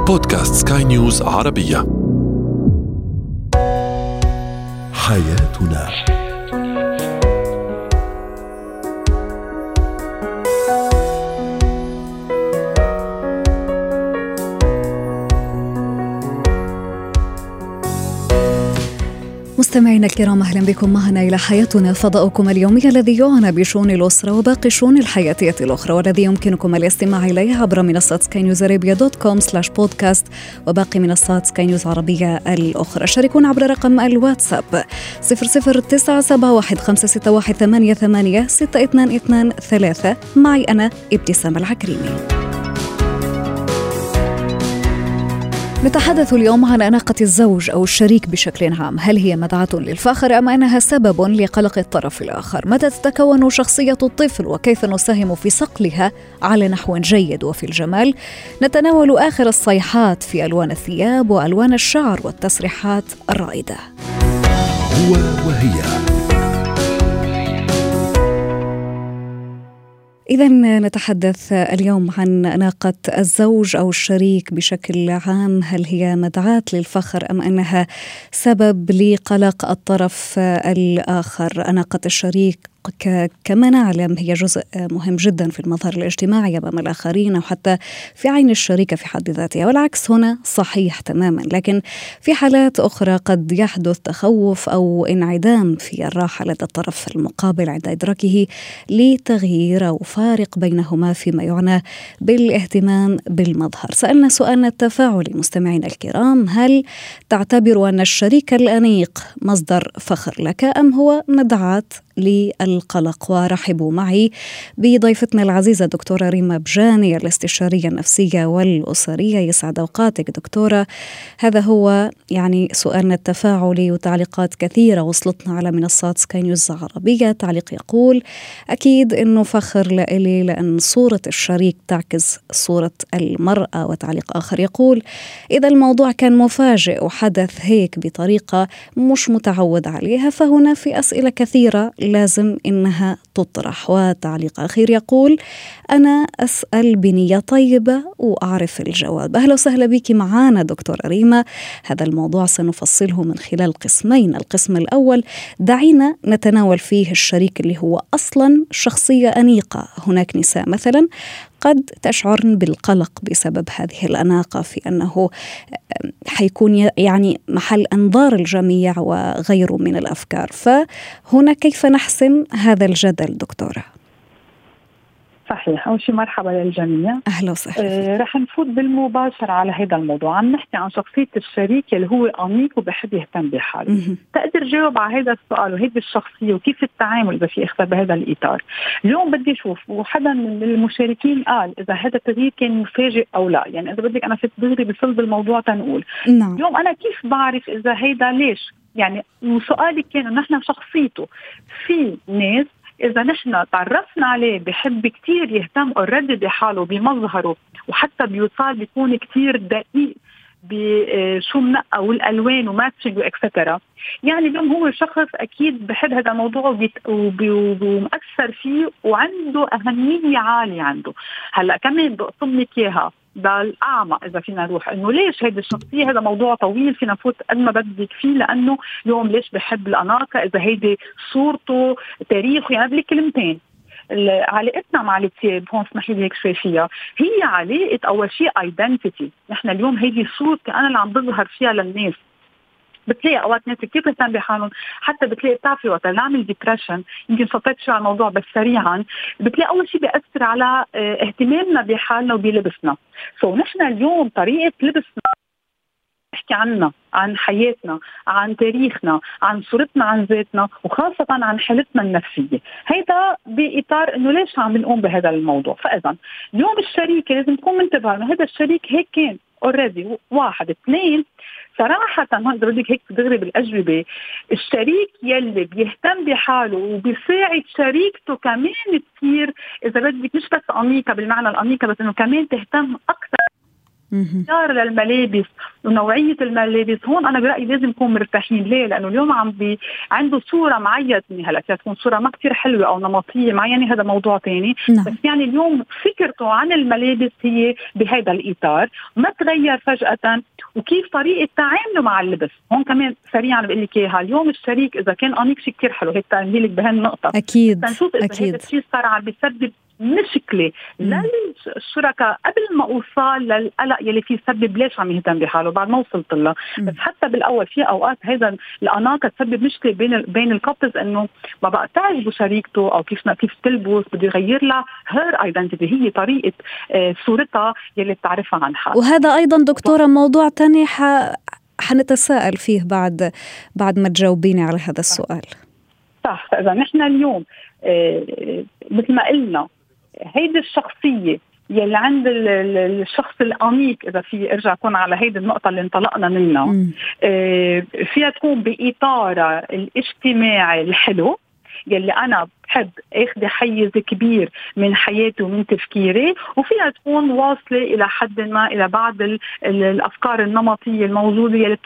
بودكاست سكاي نيوز عربية. حياتنا. مستمعينا الكرام، أهلا بكم معنا إلى حياتنا، فضاؤكم اليومي الذي يعنى بشؤون الأسرة وباقي الشؤون الحياتية الأخرى، والذي يمكنكم الاستماع إليه عبر منصة skynewsarabia.com/podcast وباقي منصات سكاي نيوز عربية الأخرى. شاركونا عبر رقم الواتساب 00971561886223. معي أنا ابتسام العكريمي. نتحدث اليوم عن أناقة الزوج أو الشريك بشكل عام. هل هي مدعاة للفخر أم أنها سبب لقلق الطرف الآخر؟ متى تتكون شخصية الطفل وكيف نساهم في صقلها على نحو جيد وفي الجمال؟ نتناول آخر الصيحات في ألوان الثياب وألوان الشعر والتسريحات الرائدة. هو وهي. إذن نتحدث اليوم عن أناقة الزوج أو الشريك بشكل عام. هل هي مدعاة للفخر أم أنها سبب لقلق الطرف الآخر؟ أناقة الشريك كما نعلم هي جزء مهم جدا في المظهر الاجتماعي أمام الآخرين أو حتى في عين الشريكة في حد ذاتها، والعكس هنا صحيح تماما. لكن في حالات أخرى قد يحدث تخوف أو انعدام في الراحة لدى الطرف المقابل عند إدراكه لتغيير أو فارق بينهما فيما يعنى بالاهتمام بالمظهر. سألنا سؤالنا التفاعلي مستمعينا الكرام: هل تعتبر أن الشريك الأنيق مصدر فخر لك أم هو مدعاة للقلق؟ ورحبوا معي بضيفتنا العزيزة دكتورة ريما بجاني، الاستشارية النفسية والأسرية. يسعد أوقاتك دكتورة. هذا هو سؤالنا التفاعلي، وتعليقات كثيرة وصلتنا على منصات سكاي نيوز عربية. تعليق يقول: أكيد إنه فخر لإلي لأن صورة الشريك تعكس صورة المرأة. وتعليق آخر يقول: إذا الموضوع كان مفاجئ وحدث هيك بطريقة مش متعود عليها فهنا في أسئلة كثيرة لازم إنها تطرح. وتعليق أخير يقول: أنا أسأل بنية طيبة وأعرف الجواب. أهلا وسهلا بك معنا دكتورة ريما. هذا الموضوع سنفصله من خلال قسمين. القسم الأول دعينا نتناول فيه الشريك اللي هو أصلا شخصية أنيقة. هناك نساء مثلا قد تشعرن بالقلق بسبب هذه الأناقة، في أنه حيكون محل أنظار الجميع وغيره من الأفكار. فهنا كيف نحسم هذا الجدل دكتورة؟ صحيح. أول شيء مرحبا للجميع. أهلا وسهلا. رح نفوت بالمباشر على هذا الموضوع. عم نحكي عن شخصية الشريك اللي هو أنيق وبحب يهتم بحاله. تقدر جاوب على هذا السؤال وهيدي الشخصية وكيف التعامل إذا في اختلاف بهذا الإطار؟ اليوم بدي أشوف، وحدا من المشاركين قال إذا هذا التغيير كان مفاجئ أو لا. إذا بدك أنا في دغري بصلب الموضوع تنقول نعم. اليوم أنا كيف بعرف إذا هيدا ليش؟ وسؤالي كان نحن شخصيته في ناس إذا نحن تعرفنا عليه بحب كتير يهتم already بحاله بمظهره، وحتى بيوصل بيكون كتير دقيق بشو منقى والألوان وماتشنج وإكسترا. اليوم هو شخص أكيد بحب هذا الموضوع ومؤثر فيه وعنده أهمية عالية عنده. هلأ كمان بقسم لك إياها بالأعمى إذا فينا نروح إنه ليش هيدي الشخصية. هذا موضوع طويل فينا نفوت قد ما بدك فيه، لأنه اليوم ليش بحب الأناقة، إذا هيدي صورته، تاريخه. بدي كلمتين. علاقتنا مع الثياب هون اسمحي لي هيك شوي فيها، هي علاقة أول شيء ايدنتيتي. نحن اليوم هيدي صورتي أنا اللي عم بظهر فيها للناس. بتلاقي اوقات ناس كثير بتهتم بحالهم، حتى بتلاقي بتعرفي وقت نعمل ديبرشن، يمكن صفيت شو على الموضوع بس سريعا، بتلاقي اول شيء بيأثر على اهتمامنا بحالنا وبلبسنا. نحن اليوم طريقه لبسنا نحكي عننا، عن حياتنا، عن تاريخنا، عن صورتنا عن ذاتنا، وخاصة عن حالتنا النفسية. هيدا بإطار إنه ليش عم نقوم بهذا الموضوع. فإذا اليوم الشريك لازم تكون منتبه إنه هذا الشريك هيك كان اوريدي. واحد. اثنين، صراحة هون إذا بدك هيك تدغري بالأجوبة، الشريك يلي بيهتم بحاله وبيساعد شريكته كمان كثير، إذا بدك مش بس أنيقة بالمعنى الأنيقة، بس إنه كمان تهتم أكثر اختيار للملابس ونوعية الملابس. هون أنا برأيي لازم نكون مرتاحين. ليه؟ لأنه اليوم عنده صورة معينة، هلا تكون صورة ما كتير حلوة أو نمطية معينة، هذا موضوع تاني. بس يعني اليوم فكرته عن الملابس هي بهذا الإطار، ما تغير فجأة. وكيف طريقة تعامله مع اللبس، هون كمان سريعا بقول لك إياها. اليوم الشريك إذا كان أنيق شيء كتير حلو، هيك تعملي لك بهالنقطة أكيد نشوف إذا هذا الشيء صار عم بيسبب مشكلة للشركاء قبل ما أوصل للقلق يلي فيه سبب ليش عم يهتم بحاله بعد ما وصلت له. بس حتى بالأول في أوقات هذا الأناقة تسبب مشكلة بين الكابلز، إنه ما بقى تعجبه شريكته أو كيف تلبس، بده يغير لها هير ايدنتيتي، هي طريقة صورتها يلي بتعرفها عن حالها. وهذا أيضا دكتورة موضوع تاني حنتساءل فيه بعد ما تجاوبيني على هذا السؤال. صح. فإذا نحن اليوم مثل ما قلنا هيدي الشخصية يلي عند الشخص الأنيق، إذا في أرجع أكون على هيدي النقطة اللي انطلقنا منها، فيها تكون بإطار الاجتماعي الحلو يلي أنا بحب أخذ حيز كبير من حياتي ومن تفكيري، وفيها تكون واصلة إلى حد ما إلى بعض الأفكار النمطية الموجودة يلي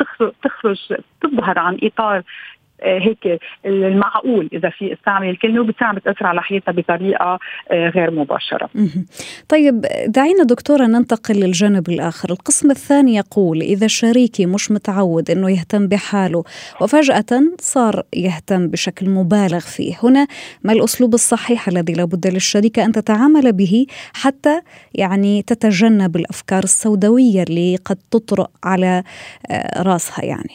تظهر عن إطار هيك المعقول إذا في استعمل الكلمة، وبتساعد بتأثر على حياتها بطريقة غير مباشرة. طيب دعينا دكتورة ننتقل للجانب الآخر. القسم الثاني يقول إذا شريكي مش متعود أنه يهتم بحاله وفجأة صار يهتم بشكل مبالغ فيه، هنا ما الأسلوب الصحيح الذي لابد للشريكة أن تتعامل به حتى يعني تتجنب الأفكار السوداوية اللي قد تطرق على رأسها؟ يعني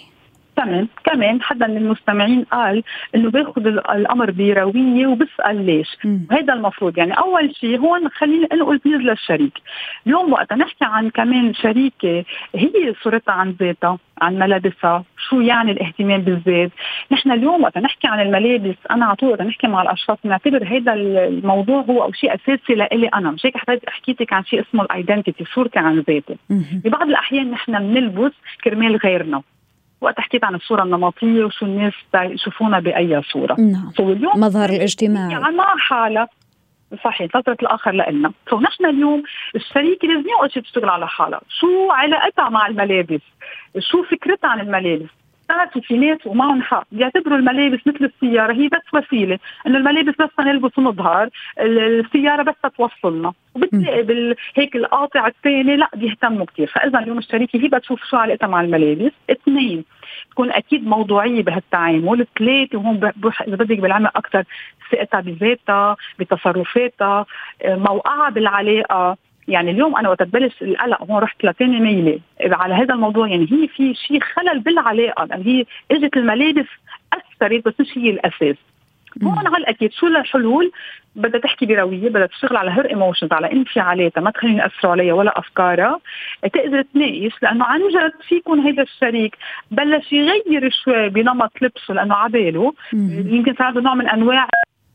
كمان حدا من المستمعين قال انه بياخذ الامر برويه وبسال ليش. وهذا المفروض يعني اول شيء هون خلينا نقول بيز للشريك. اليوم وقت نحكي عن كمان شريكه هي صورتها عن ذاتها، عن ملابسها، شو يعني الاهتمام بالذات. نحن اليوم وقت نحكي عن الملابس، انا على طول نحكي مع الاشخاص نعتبر هذا الموضوع هو او شيء اساسي لإلي انا. مش هيك حكيتك عن شيء اسمه الايدنتيتي، صورتي عن ذاتي. ببعض الاحيان نحن بنلبس كرمال غيرنا، وقت حكيت عن الصورة النمطية وشو الناس يشوفونا بأي صورة. مظهر الاجتماعي يعني مع حالة صحيح فترة الآخر لإلنا. نحن اليوم الشريكة لازم أول شيء تشتغل على حالها، شو علاقتها مع الملابس، شو فكرتها عن الملابس. تعرفي في ناس ومعهم حق بيعتبروا الملابس مثل السيارة، هي بس وسيلة، إنه الملابس بس نلبس ونظهر، السيارة بس توصلنا. وبتلاقي هيك القاطع الثاني لا بيهتموا كتير. فإذا اليوم الشريكة هي بدها تشوف شو علاقتها مع الملابس. 2 تكون أكيد موضوعية بهالتعامل. 3 وهون إذا بدك بالعمل أكتر ثقتها بذاتها، بتصرفاتها، موقعها بالعلاقة. يعني اليوم أنا وقت ببلش القلق هون رحت لتاني ميلة على هذا الموضوع، يعني هي في شيء خلل بالعلاقة، لأن هي اجت الملابس أثرت بس مش هي الأساس. هون على الأكيد شو الحلول؟ بدها تحكي بروية، بدها تشتغل على هير ايموشنز، على انفعالاتها، ما تخليني يأثروا عليها ولا أفكارها، تقدر تناقش. لأنه عن جد فيكون هيدا الشريك بلش يغير شوي بنمط لبسه لأنه عباله يمكن صار نوع من أنواع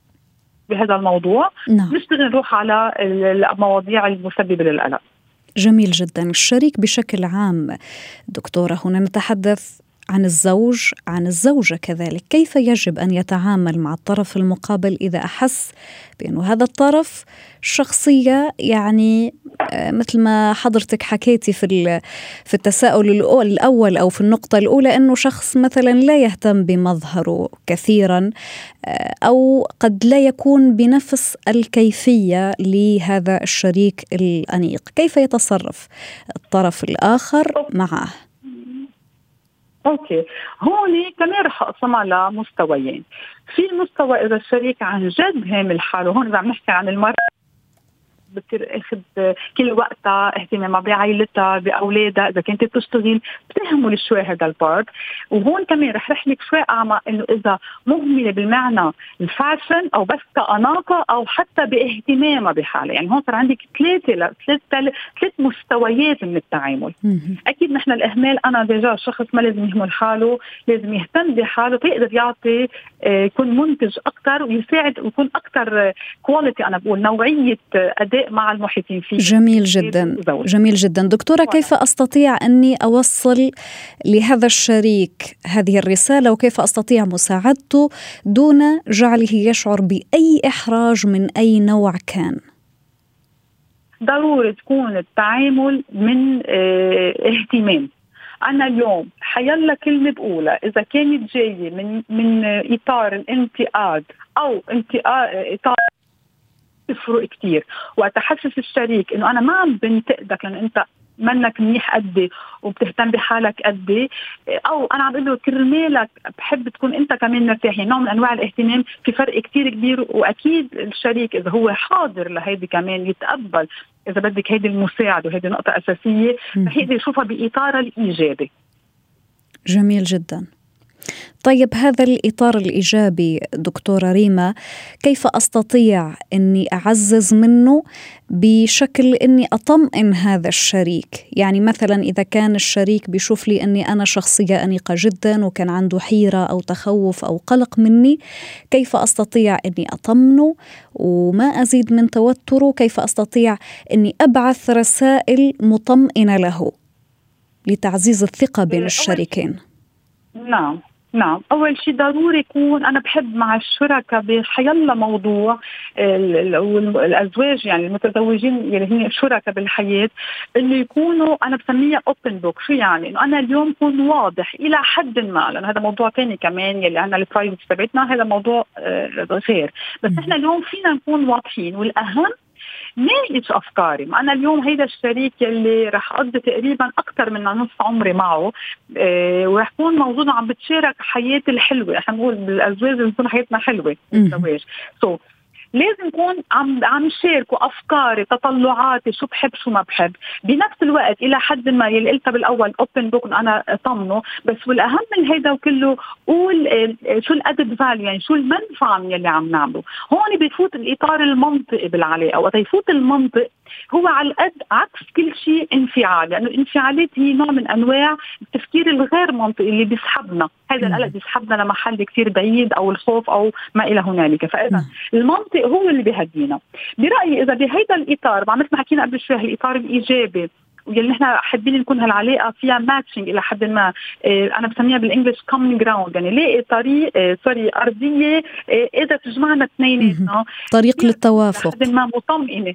بهذا الموضوع. نشتغل نروح على المواضيع المسببة للقلق. جميل جدا. الشريك بشكل عام دكتورة، هنا نتحدث عن الزوج، عن الزوجة كذلك. كيف يجب أن يتعامل مع الطرف المقابل إذا أحس بأنه هذا الطرف شخصية يعني مثل ما حضرتك حكيتي في التساؤل الأول أو في النقطة الأولى، أنه شخص مثلا لا يهتم بمظهره كثيرا أو قد لا يكون بنفس الكيفية لهذا الشريك الأنيق. كيف يتصرف الطرف الآخر معه؟ اوكي، هون كمان رح اقسمها لمستويين. في مستوى اذا الشريك عن جد هامل حاله، هون اذا عم نحكي عن المرأة بتصير اخذ كل وقتها اهتمامها بعائلتها باولادها، اذا كانت بتشتغل بتهمل شوي هذا البارت. وهون كمان رح رحلك شوي اعمق، انه اذا مهمله بالمعنى الفاشن او بس كأناقه او حتى باهتمامها بحالها. يعني هون صار عندك 3 مستويات من التعامل. اكيد نحن الاهمال، انا ديجا الشخص ما لازم يهمل حاله، لازم يهتم بحاله تقدر يعطي يكون منتج اكثر ويساعد ويكون اكثر كواليتي. انا بقول نوعيه اداء مع المحيطين فيه. جميل جدا، جميل جدا. دكتورة، كيف أستطيع أني أوصل لهذا الشريك هذه الرسالة، وكيف أستطيع مساعدته دون جعله يشعر بأي إحراج من أي نوع كان؟ ضروري تكون التعامل من اهتمام. أنا اليوم حيلا كلمة بقولها إذا كانت جاية من إطار الانتقاد أو إطار تفرق كتير، وأتحسس الشريك إنه أنا ما عم بنتقدك لأن أنت منك منيح قدي وبتهتم بحالك قدي، او انا عم بقول له كرمالك بحب تكون انت كمان مرتاح. يعني نوع من انواع الاهتمام، في فرق كتير كبير. واكيد الشريك اذا هو حاضر لهيدي كمان يتقبل اذا بدك هيدي المساعده وهيدي نقطه اساسيه، رح يقدر يشوفها باطارها الايجابي. جميل جدا. طيب، هذا الإطار الإيجابي دكتورة ريما، كيف أستطيع أني أعزز منه بشكل أني أطمئن هذا الشريك؟ يعني مثلا إذا كان الشريك بيشوف لي أني أنا شخصية أنيقة جدا وكان عنده حيرة أو تخوف أو قلق مني، كيف أستطيع أني أطمنه وما أزيد من توتره؟ كيف أستطيع أني أبعث رسائل مطمئنة له لتعزيز الثقة بين الشريكين؟ نعم، أول شيء ضروري يكون، أنا بحب مع الشركاء بحيلا موضوع الأزواج، يعني المتزوجين اللي هي شركاء بالحياة، اللي يكونوا أنا بسميها open book. شو يعني؟ إنه أنا اليوم كون واضح إلى حد ما، لأن هذا موضوع تاني كمان يلي عنا البرايفت تبعتنا، هذا موضوع غير. بس إحنا اليوم فينا نكون واضحين، والأهم ناقش أفكاري. أنا اليوم هيدا الشريك اللي رح أقضي تقريبا أكثر من نص عمري معه، ورح أكون موجودة عم بتشارك حياتي الحلوة. إحنا نقول بالأزواج نكون حياتنا حلوة بالزواج. لازم نكون عم شاركوا أفكاري، تطلعاتي، شو بحب شو ما بحب. بنفس الوقت إلى حد ما يلي قلتها بالأول open book، أنا أطمنه. بس والأهم من هيدا وكله قول شو الأدد فاليو، يعني شو المنفعة من يلي عم نعمله. هون بيفوت الإطار المنطقي بالعلاقة. وقت يفوت المنطق هو على القد عكس كل شيء انفعال، لأنه الانفعالات هي نوع من أنواع التفكير الغير منطقي اللي بيسحبنا. هذا القلق بيسحبنا لمحل كتير بعيد، أو الخوف أو ما إلى هنالك. فإذا المنطق هو اللي بيهدينا. برأيي إذا بهيدا الإطار، مثل ما حكينا قبل شوي، الإطار الإيجابي واللي نحن حابين نكون هالعلاقة فيها ماتشنج إلى حد ما، أنا بسميها بالإنجليش common ground، يعني لاقي طريق أرضية إذا تجمعنا اثنيناتنا، طريق للتوافق لحد ما مطمئنة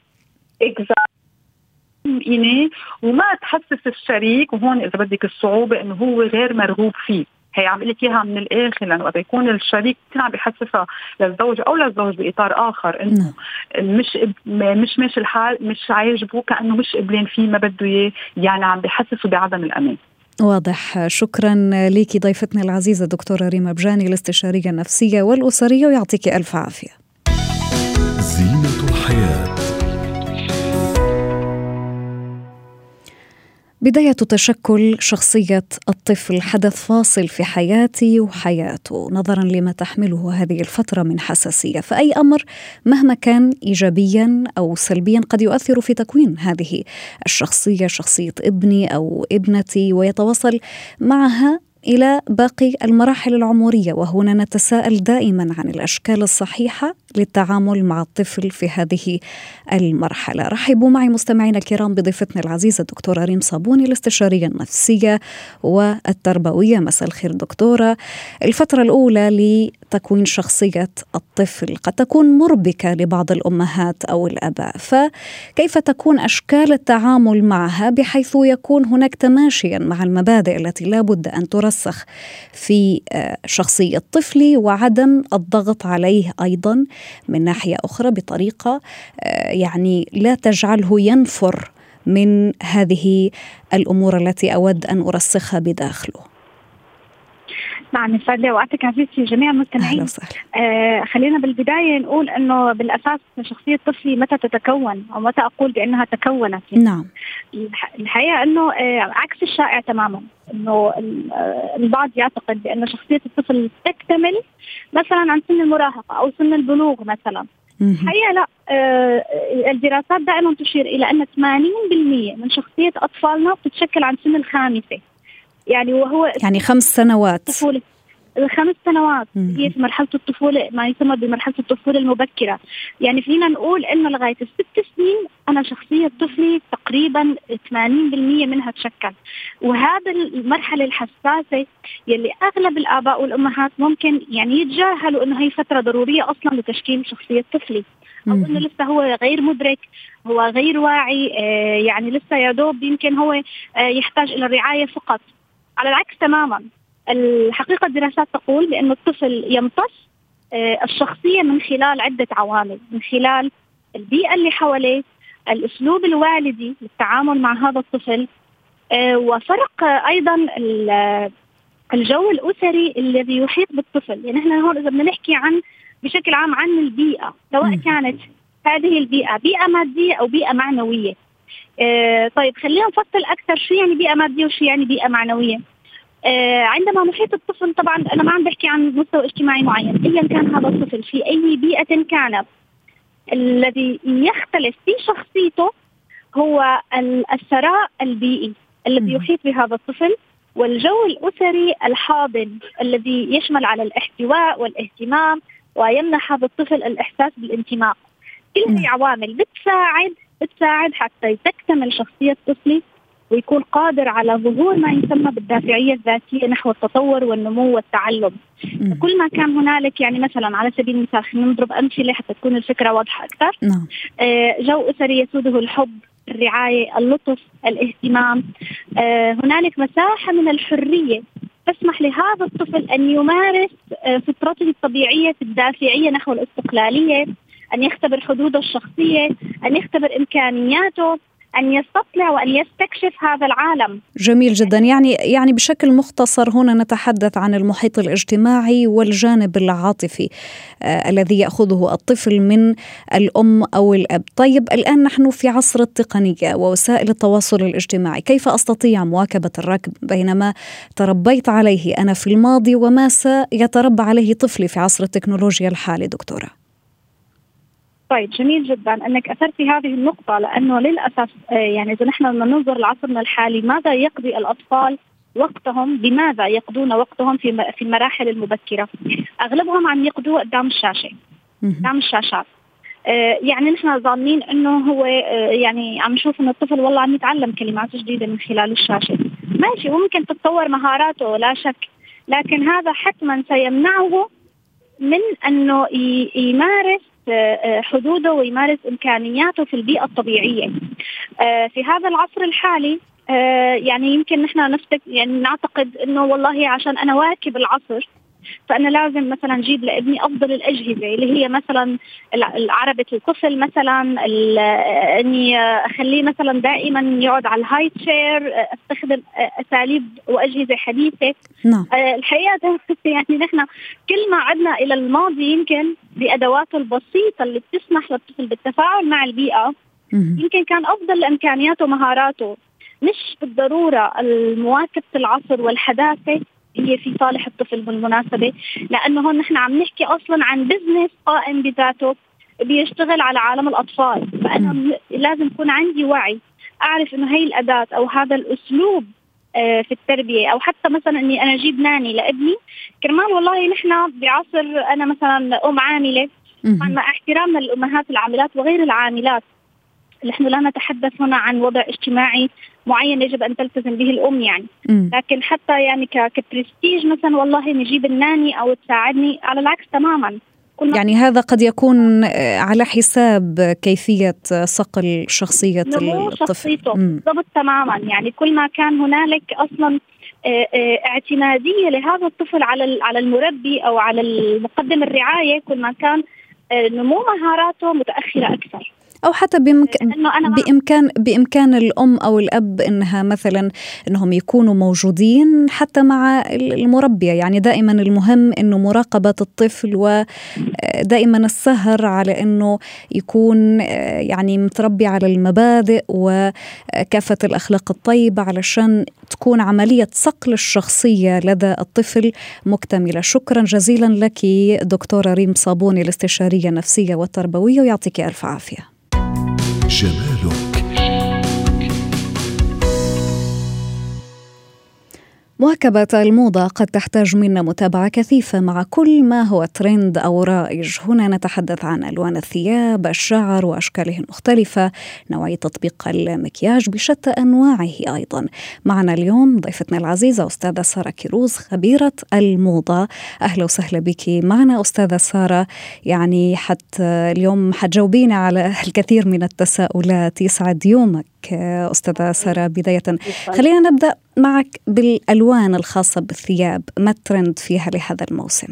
وما تحسس الشريك. وهون إذا بدك الصعوبة إنه هو غير مرغوب فيه. هي عم لك اياها من الاخر، لانه وقت يكون الشريك عم بيحسسها للزوج او للزوج باطار اخر انه مش ماشي الحال، مش عاجبه، كانه مش قبلان فيه، ما بده اياه، يعني عم بيحسسه بعدم الامان. واضح. شكرا ليكي ضيفتنا العزيزة دكتورة ريما بجاني، الاستشارية النفسية والأسرية، ويعطيك ألف عافية. زينة الحياة. بداية تشكل شخصية الطفل حدث فاصل في حياتي وحياته، نظرا لما تحمله هذه الفترة من حساسية. فأي أمر مهما كان إيجابيا أو سلبيا قد يؤثر في تكوين هذه الشخصية، شخصية ابني أو ابنتي، ويتواصل معها إلى باقي المراحل العمرية. وهنا نتساءل دائما عن الأشكال الصحيحة للتعامل مع الطفل في هذه المرحلة. رحبوا معي مستمعينا الكرام بضيفتنا العزيزة دكتورة ريم صابوني، الاستشارية النفسية والتربوية. مساء الخير دكتورة. الفترة الأولى لتكوين شخصية الطفل قد تكون مربكة لبعض الأمهات أو الآباء، فكيف تكون أشكال التعامل معها بحيث يكون هناك تماشيا مع المبادئ التي لا بد أن ترسخ في شخصية طفلي، وعدم الضغط عليه أيضا من ناحية أخرى بطريقة يعني لا تجعله ينفر من هذه الأمور التي أود أن أرسخها بداخله؟ نعم، يسعد لي وقتك عزيزتي جميع المستمعين. خلينا بالبداية نقول أنه بالأساس شخصية طفلي متى تتكون أو متى أقول بأنها تكونت. نعم. الحقيقة أنه عكس الشائع تماما، أنه البعض يعتقد بأن شخصية الطفل تكتمل مثلا عن سن المراهقة أو سن البلوغ مثلا. الحقيقة لا، الدراسات دائما تشير إلى أن 80% من شخصية أطفالنا تتشكل عن سن الخامسة، يعني وهو يعني 5 سنوات. 5 سنوات هي في مرحلة الطفولة، ما يسمى بمرحلة الطفولة المبكرة. يعني فينا نقول إنه لغاية 6 سنين أنا شخصية طفلي تقريبا 80% منها تشكل. وهذا المرحلة الحساسة يلي أغلب الآباء والأمهات ممكن يعني يتجاهلوا إنه هي فترة ضرورية أصلا لتشكيل شخصية طفلي. أو إنه لسه هو غير مدرك، هو غير واعي، يعني لسه يا دوب يمكن هو يحتاج إلى الرعاية فقط. على العكس تماما، الحقيقة الدراسات تقول بأن الطفل يمتص الشخصية من خلال عدة عوامل، من خلال البيئة اللي حواليه، الأسلوب الوالدي للتعامل مع هذا الطفل، وفرق أيضا الجو الأسري الذي يحيط بالطفل. يعني احنا هون إذا بدنا نحكي عن بشكل عام عن البيئة، سواء كانت هذه البيئة بيئة مادية أو بيئة معنوية. طيب خلينا نفصل أكثر شو يعني بيئة مادية وشو يعني بيئة معنوية. عندما نحيط الطفل، طبعا أنا ما عم بحكي عن مستوى اجتماعي معين، إذا كان هذا الطفل في أي بيئة كانت، الذي يختلف في شخصيته هو الثراء البيئي الذي يحيط بهذا الطفل، والجو الأسري الحاضن الذي يشمل على الاحتواء والاهتمام ويمنح هذا الطفل الإحساس بالانتماء. كل هذه عوامل بتساعد حتى تكتمل شخصية طفلي ويكون قادر على ظهور ما يسمى بالدافعية الذاتية نحو التطور والنمو والتعلم. كل ما كان هنالك، يعني مثلا على سبيل المثال خلينا نضرب أمثلة حتى تكون الفكرة واضحة أكثر. جو أسري يسوده الحب، الرعاية، اللطف، الاهتمام، هنالك مساحة من الحرية تسمح لهذا الطفل أن يمارس فطرته الطبيعية الدافعية نحو الاستقلالية، أن يختبر حدوده الشخصية، أن يختبر إمكانياته، أن يستطلع وأن يستكشف هذا العالم. جميل جدا. يعني بشكل مختصر هنا نتحدث عن المحيط الاجتماعي والجانب العاطفي الذي يأخذه الطفل من الأم أو الأب. طيب الآن نحن في عصر التقنية ووسائل التواصل الاجتماعي، كيف أستطيع مواكبة الركب بينما تربيت عليه أنا في الماضي وما سيتربى عليه طفلي في عصر التكنولوجيا الحالي دكتورة؟ طيب جميل جدا أنك أثرتي هذه النقطة، لأنه للأسف يعني إذا نحن ننظر لعصرنا الحالي، ماذا يقضي الأطفال وقتهم؟ بماذا يقضون وقتهم في المراحل المبكرة؟ أغلبهم عم يقضوا قدام الشاشة، قدام الشاشات. يعني نحن ظانين أنه هو يعني عم نشوف أن الطفل والله عم يتعلم كلمات جديدة من خلال الشاشة، ماشي، وممكن تتطور مهاراته لا شك، لكن هذا حتما سيمنعه من أنه يمارس حدوده ويمارس إمكانياته في البيئة الطبيعية. في هذا العصر الحالي يعني يمكن نحن يعني نعتقد إنه والله عشان أنا واكب العصر فأنا لازم مثلا أجيب لابني أفضل الأجهزة اللي هي مثلا عربة الطفل، مثلا إني أخليه مثلا دائما يقعد على الهاي تشير، أستخدم أساليب وأجهزة حديثة. الحقيقة يعني نحن كل ما عدنا إلى الماضي يمكن بأدواته البسيطة اللي بتسمح للطفل بالتفاعل مع البيئة، يمكن كان أفضل إمكانياته ومهاراته. مش بالضرورة المواكبة العصر والحداثة هي في صالح الطفل بالمناسبة، لأنه هون نحن عم نحكي أصلا عن بزنس قائم بذاته بيشتغل على عالم الأطفال. فأنا لازم يكون عندي وعي، أعرف إنه هاي الأداة أو هذا الأسلوب في التربية، أو حتى مثلا إني أنا أجيب ناني لابني كرمال والله نحن بعصر أنا مثلا أم عاملة، مع احترامنا للأمهات العاملات وغير العاملات، نحن لا نتحدث هنا عن وضع اجتماعي معين يجب أن تلتزم به الأم يعني، لكن حتى يعني كبرستيج مثلا والله نجيب الناني أو تساعدني، على العكس تماما. يعني هذا قد يكون على حساب كيفية صقل شخصية الطفل. بالضبط تماما. يعني كل ما كان هنالك أصلا اعتمادية لهذا الطفل على المربي أو على المقدم الرعاية، كل ما كان نمو مهاراته متأخرة أكثر. أو حتى بإمكان الأم أو الأب إنها مثلا إنهم يكونوا موجودين حتى مع المربية. يعني دائما المهم إنه مراقبة الطفل، ودائما السهر على إنه يكون يعني متربي على المبادئ وكافة الأخلاق الطيبة علشان تكون عملية صقل الشخصية لدى الطفل مكتملة. شكرا جزيلا لك دكتورة ريم صابوني، الاستشارية النفسية والتربوية، ويعطيك ألف عافية. جمالك. مواكبة الموضة قد تحتاج منا متابعة كثيفة مع كل ما هو ترند أو رائج. هنا نتحدث عن ألوان الثياب، الشعر وأشكاله المختلفة، نوعية تطبيق المكياج بشتى أنواعه أيضا. معنا اليوم ضيفتنا العزيزة أستاذة سارة كيروز خبيرة الموضة. أهلا وسهلا بك معنا أستاذة سارة. يعني حتى اليوم حتجاوبينا على الكثير من التساؤلات. يسعد يومك أستاذة سارة. بداية خلينا نبدأ معك بالألوان الخاصة بالثياب، ما الترند فيها لهذا الموسم؟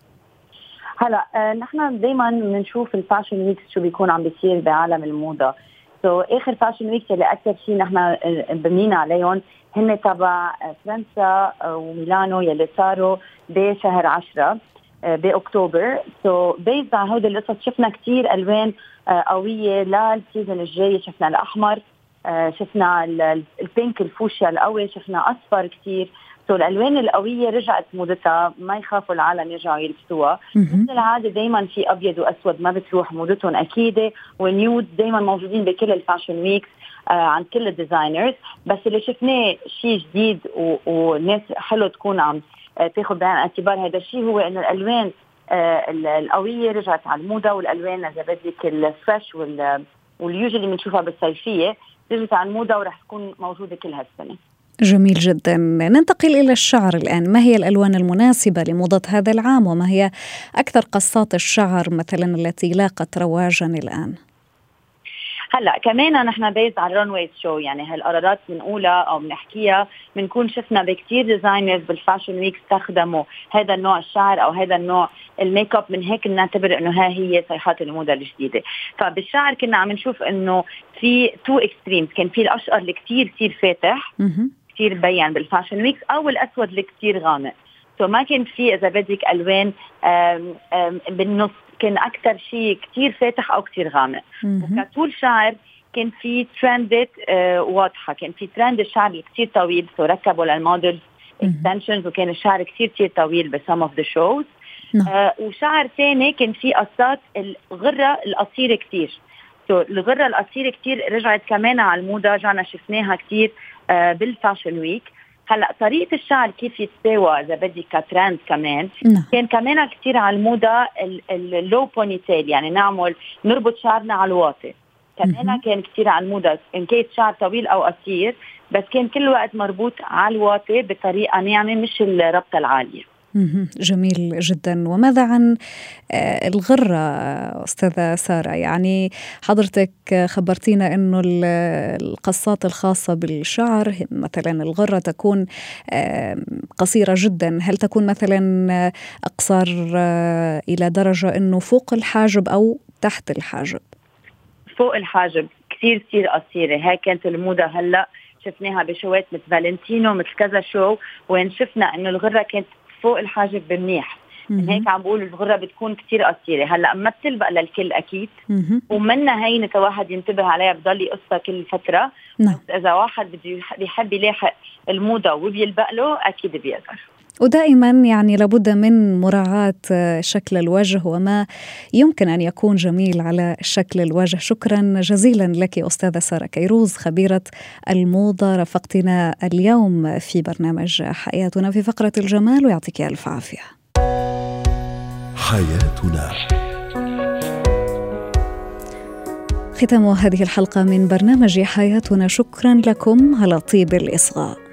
هلا نحن دايما بنشوف الفاشن ويكس شو بيكون عم بيصير بعالم الموضة. آخر فاشن ويكس اللي أكثر شيء نحن بنينا عليهم هن تبع فرنسا وميلانو يلي صاروا بشهر 10 بأكتوبر. بيز على هودي القصص شفنا كتير ألوان قوية للسيزن الجاي. شفنا الأحمر، شفنا البينك الفوشيا القوي، شفنا أصفر كتير. الألوان القوية رجعت موضتها، ما يخافوا العالم يرجعوا يلبسوها. مثل العادة دايما في أبيض وأسود ما بتروح موضتهم أكيدة، والنيود دايما موجودين بكل الفاشن ويكس عند كل الديزاينرز. بس اللي شفناه شيء جديد والناس حلو تكون عم تاخد بعين الاعتبار هذا الشيء، هو إنه الألوان القوية رجعت على الموضة، والألوان إذا بدك الفريش واليوجي اللي بنشوفها بالصيفية رجعت على الموضة ورح تكون موجودة كل هالسنة. جميل جدا. ننتقل إلى الشعر الآن. ما هي الألوان المناسبة لموضة هذا العام، وما هي أكثر قصات الشعر مثلا التي لاقت رواجا الآن؟ هلا كمان نحن بيز على الرانويز شو، يعني هالقرارات بنقولها او بنحكيها بنكون شفنا بكتير ديزاينرز بالفاشن ويك استخدموا هذا النوع الشعر او هذا النوع الميك اب، من هيك نعتبر انه ها هي صيحات الموضه الجديده. فبالشعر كنا عم نشوف انه في تو اكستريمز، كان في الاشقر اللي كتير فاتح كتير بيان بالفاشن ويكس، او الاسود اللي كتير غامق. ما كان في اذا بدك الوان بالنص، كان أكتر شيء كتير فاتح أو كتير غامق. وكطول شعر كان في ترندات واضحة. كان في ترند الشعر اللي كتير طويل، ركبوا للمودلز extensions، وكان الشعر كتير طويل بسم of the shows. وشعر ثاني كان في قصات الغرة القصيرة كتير. الغرة القصيرة كتير رجعت كمان على الموضة، رجعنا شفناها كتير بالفاشن ويك. هلا طريقة الشعر كيف يتساوى إذا بدي كترند كمان كان كمان كتير على الموضة اللو بونيتيل، يعني نربط شعرنا على الواطي. كمان كان كتير على الموضة إن كان شعر طويل أو قصير، بس كان كل وقت مربوط على الواطي بطريقة يعني مش الربطة العالية. جميل جدا. وماذا عن الغرة أستاذة سارة؟ يعني حضرتك خبرتينا أنه القصات الخاصة بالشعر مثلا الغرة تكون قصيرة جدا. هل تكون مثلا أقصر إلى درجة أنه فوق الحاجب أو تحت الحاجب؟ فوق الحاجب كتير قصيرة. هاي كانت الموضة. هلأ شفناها بشوات مثل فالنتينو، مثل كذا شو، وين شفنا أنه الغرة كانت فوق الحاجب بمنيح. من هيك عم بقول الغرة بتكون كتير قصيرة. هلأ ما بتلبق للكل أكيد، ومنها هينة واحد ينتبه عليها، بضل يقصها كل فترة. بس إذا واحد بيحب يلاحق الموضة وبيلبق له أكيد بيقدر. ودائما يعني لابد من مراعاة شكل الوجه وما يمكن أن يكون جميل على شكل الوجه. شكرا جزيلا لك أستاذة سارة كيروز خبيرة الموضة، رافقتنا اليوم في برنامج حياتنا في فقرة الجمال، ويعطيك ألف عافية. حياتنا. ختام هذه الحلقة من برنامج حياتنا. شكرا لكم على طيب الإصغاء.